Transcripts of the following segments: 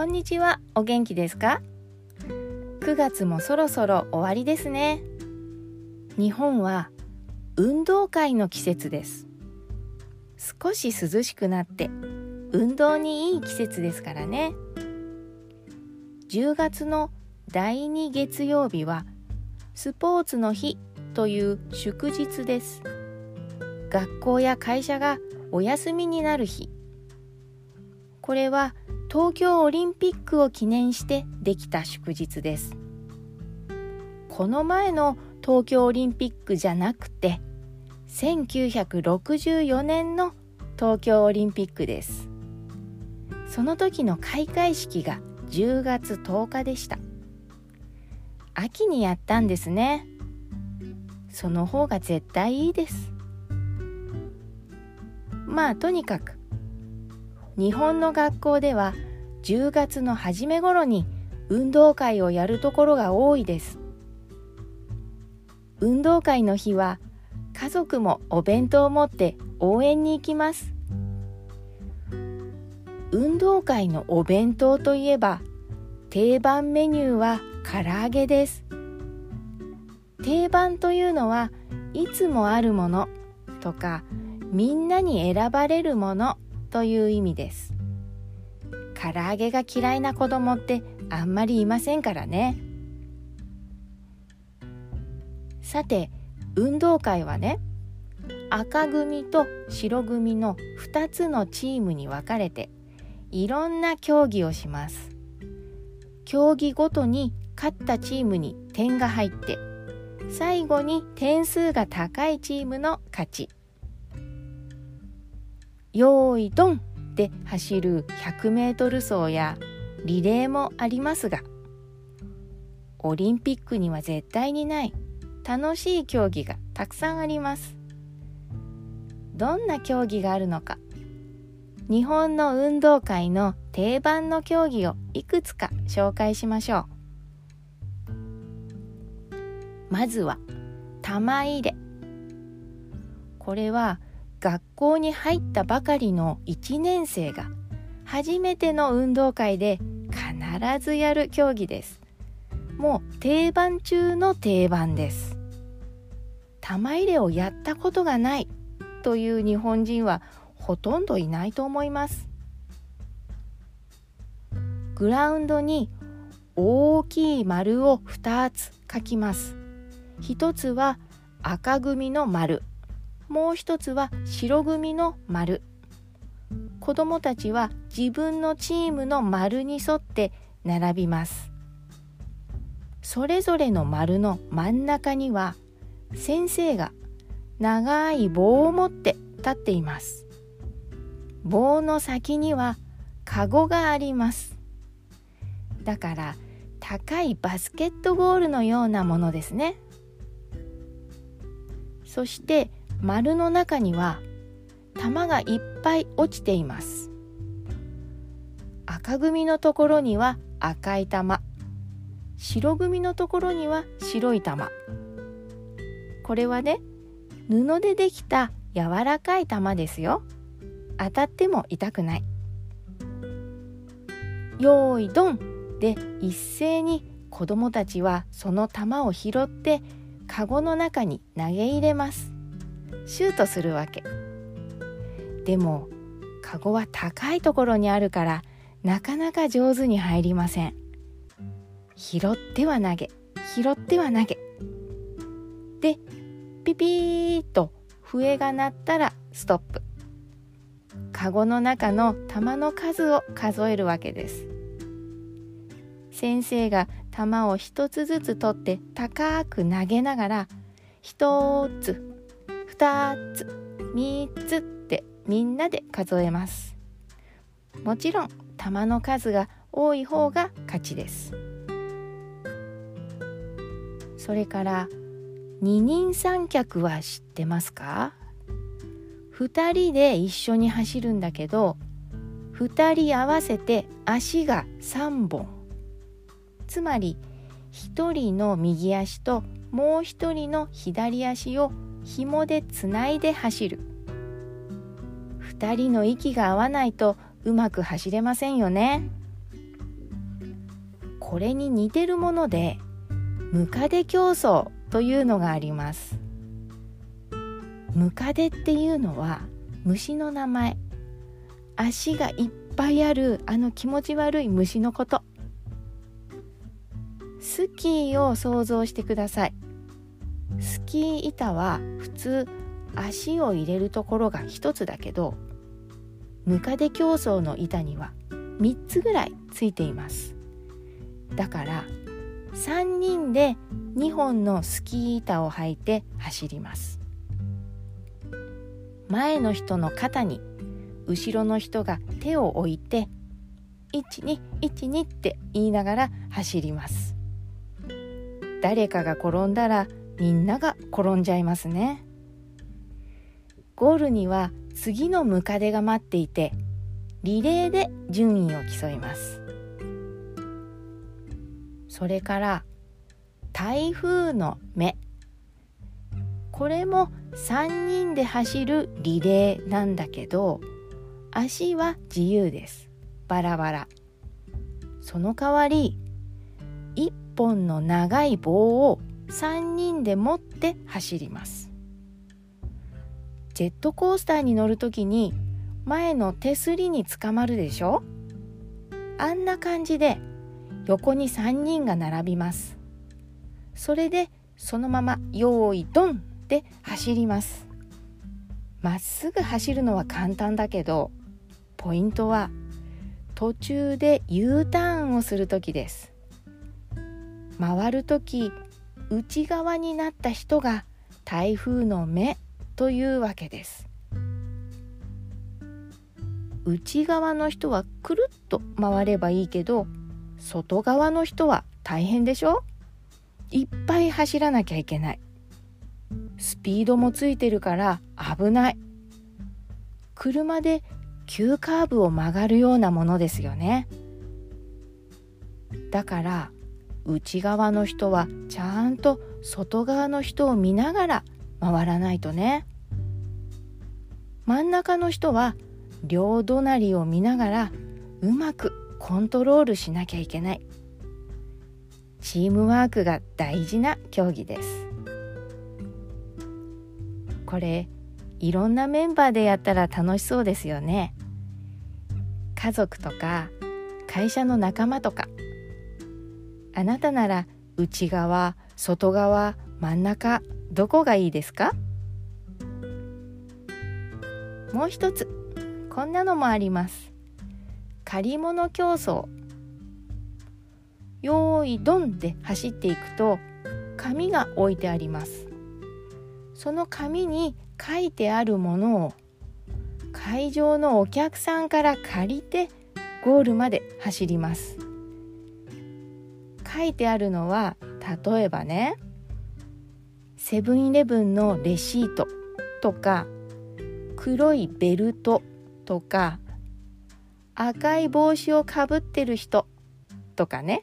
んにちは。お元気ですか？9月もそろそろ終わりですね。日本は運動会の季節です。少し涼しくなって運動にいい季節ですからね。10月の第2月曜日はスポーツの日という祝日です。学校や会社がお休みになる日。これは東京オリンピックを記念してできた祝日です。この前の東京オリンピックじゃなくて、1964年の東京オリンピックです。その時の開会式が10月10日でした。秋にやったんですね。その方が絶対いいです。とにかく日本の学校では10月の初め頃に運動会をやるところが多いです。運動会の日は家族もお弁当を持って応援に行きます。運動会のお弁当といえば定番メニューは唐揚げです。定番というのはいつもあるものとかみんなに選ばれるものという意味です。唐揚げが嫌いな子供ってあんまりいませんからね。さて、運動会はね、赤組と白組の2つのチームに分かれていろんな競技をします。競技ごとに勝ったチームに点が入って、最後に点数が高いチームの勝ち。よーいドンで走る100メートル走やリレーもありますが、オリンピックには絶対にない楽しい競技がたくさんあります。どんな競技があるのか、日本の運動会の定番の競技をいくつか紹介しましょう。まずは玉入れ。これは学校に入ったばかりの1年生が初めての運動会で必ずやる競技です。もう定番中の定番です。玉入れをやったことがないという日本人はほとんどいないと思います。グラウンドに大きい丸を2つ描きます。1つは赤組の丸、もう一つは白組の丸。子どもたちは自分のチームの丸に沿って並びます。それぞれの丸の真ん中には先生が長い棒を持って立っています。棒の先にはカゴがあります。だから高いバスケットゴールのようなものですね。そして丸の中には玉がいっぱい落ちています。赤組のところには赤い玉、白組のところには白い玉。これはね、布でできた柔らかい玉ですよ。当たっても痛くない。よーいドンで一斉に子どもたちはその玉を拾ってカゴの中に投げ入れます。シュートするわけ。でもカゴは高いところにあるからなかなか上手に入りません。拾っては投げ、拾っては投げで、ピピーと笛が鳴ったらストップ。カゴの中の玉の数を数えるわけです。先生が玉を一つずつ取って高く投げながら、一つ2つ3つってみんなで数えます。もちろん玉の数が多い方が勝ちです。それから二人三脚は知ってますか？2人で一緒に走るんだけど、2人合わせて足が3本。つまり1人の右足ともう1人の左足を紐でつないで走る。2人の息が合わないとうまく走れませんよね。 これに似てるものでムカデ競争というのがあります。ムカデっていうのは虫の名前。足がいっぱいある気持ち悪い虫のこと。スキーを想像してください。スキー板は普通足を入れるところが一つだけど、ムカデ競争の板には3つぐらいついています。だから3人で2本のスキー板を履いて走ります。前の人の肩に後ろの人が手を置いて1212って言いながら走ります。誰かが転んだらみんなが転んじゃいますね。ゴールには次のムカデが待っていて、リレーで順位を競います。それから台風の目、これも3人で走るリレーなんだけど、足は自由です。バラバラ。その代わり1本の長い棒を3人で持って走ります。ジェットコースターに乗るときに前の手すりにつかまるでしょ。あんな感じで横に3人が並びます。それでそのまま用意ドンで走ります。まっすぐ走るのは簡単だけど、ポイントは途中で U ターンをするときです。回るとき内側になった人が台風の目というわけです。内側の人はくるっと回ればいいけど、外側の人は大変でしょ。いっぱい走らなきゃいけない。スピードもついてるから危ない。車で急カーブを曲がるようなものですよね。だから内側の人はちゃんと外側の人を見ながら回らないとね。真ん中の人は両隣を見ながらうまくコントロールしなきゃいけない。チームワークが大事な競技です。これいろんなメンバーでやったら楽しそうですよね。家族とか会社の仲間とか。あなたなら内側、外側、真ん中、どこがいいですか？もう一つ、こんなのもあります。借り物競争。よーいドンで走っていくと紙が置いてあります。その紙に書いてあるものを会場のお客さんから借りてゴールまで走ります。書いてあるのは例えばね、セブンイレブンのレシートとか、黒いベルトとか、赤い帽子をかぶってる人とかね、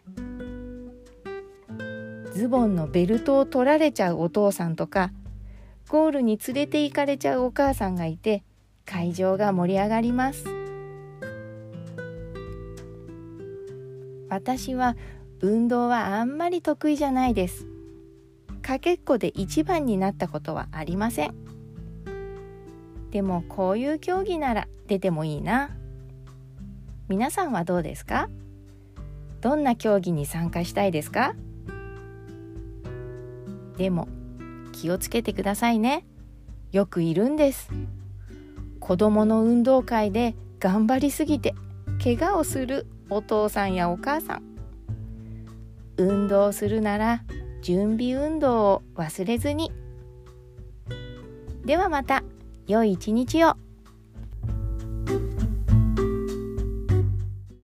ズボンのベルトを取られちゃうお父さんとか、ゴールに連れて行かれちゃうお母さんがいて、会場が盛り上がります。私は運動はあんまり得意じゃないです。かけっこで一番になったことはありません。でもこういう競技なら出てもいいな。皆さんはどうですか？どんな競技に参加したいですか？でも気をつけてくださいね。よくいるんです。子供の運動会で頑張りすぎて怪我をするお父さんやお母さん。運動するなら準備運動を忘れずに。ではまた良い一日を。